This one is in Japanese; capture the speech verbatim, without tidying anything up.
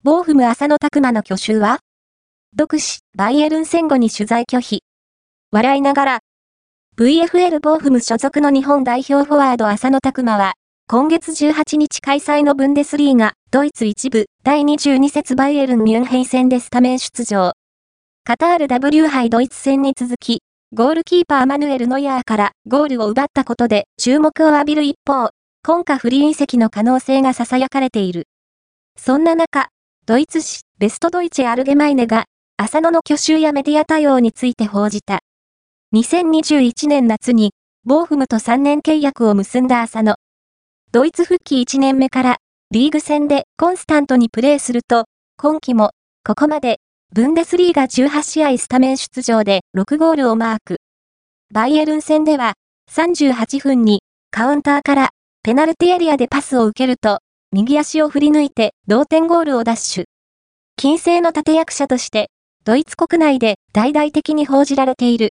ボーフム浅野拓磨の去就は？読誌、バイエルン戦後に取材拒否。笑いながら。ブイエフエル ボーフム所属の日本代表フォワード浅野拓磨は、今月じゅうはちにち開催のブンデスリーガ、ドイツ一部、だいにじゅうに節バイエルンミュンヘン戦でスタメン出場。カタール ダブリュー 杯ドイツ戦に続き、ゴールキーパーマヌエル・ノイアーからゴールを奪ったことで注目を浴びる一方、今夏フリー移籍の可能性が囁かれている。そんな中、ドイツ紙、ベストドイチェ・アルゲマイネが、浅野の去就やメディア対応について報じた。にせんにじゅういちねん夏に、ボーフムとさんねん契約を結んだ浅野。ドイツ復帰いちねんめから、リーグ戦でコンスタントにプレーすると、今季も、ここまで、ブンデスリーガじゅうはちしあいスタメン出場でろくゴールをマーク。バイエルン戦では、さんじゅうはっぷんに、カウンターから、ペナルティエリアでパスを受けると、右足を振り抜いて同点ゴールをダッシュ。金星の立役者として、ドイツ国内で大々的に報じられている。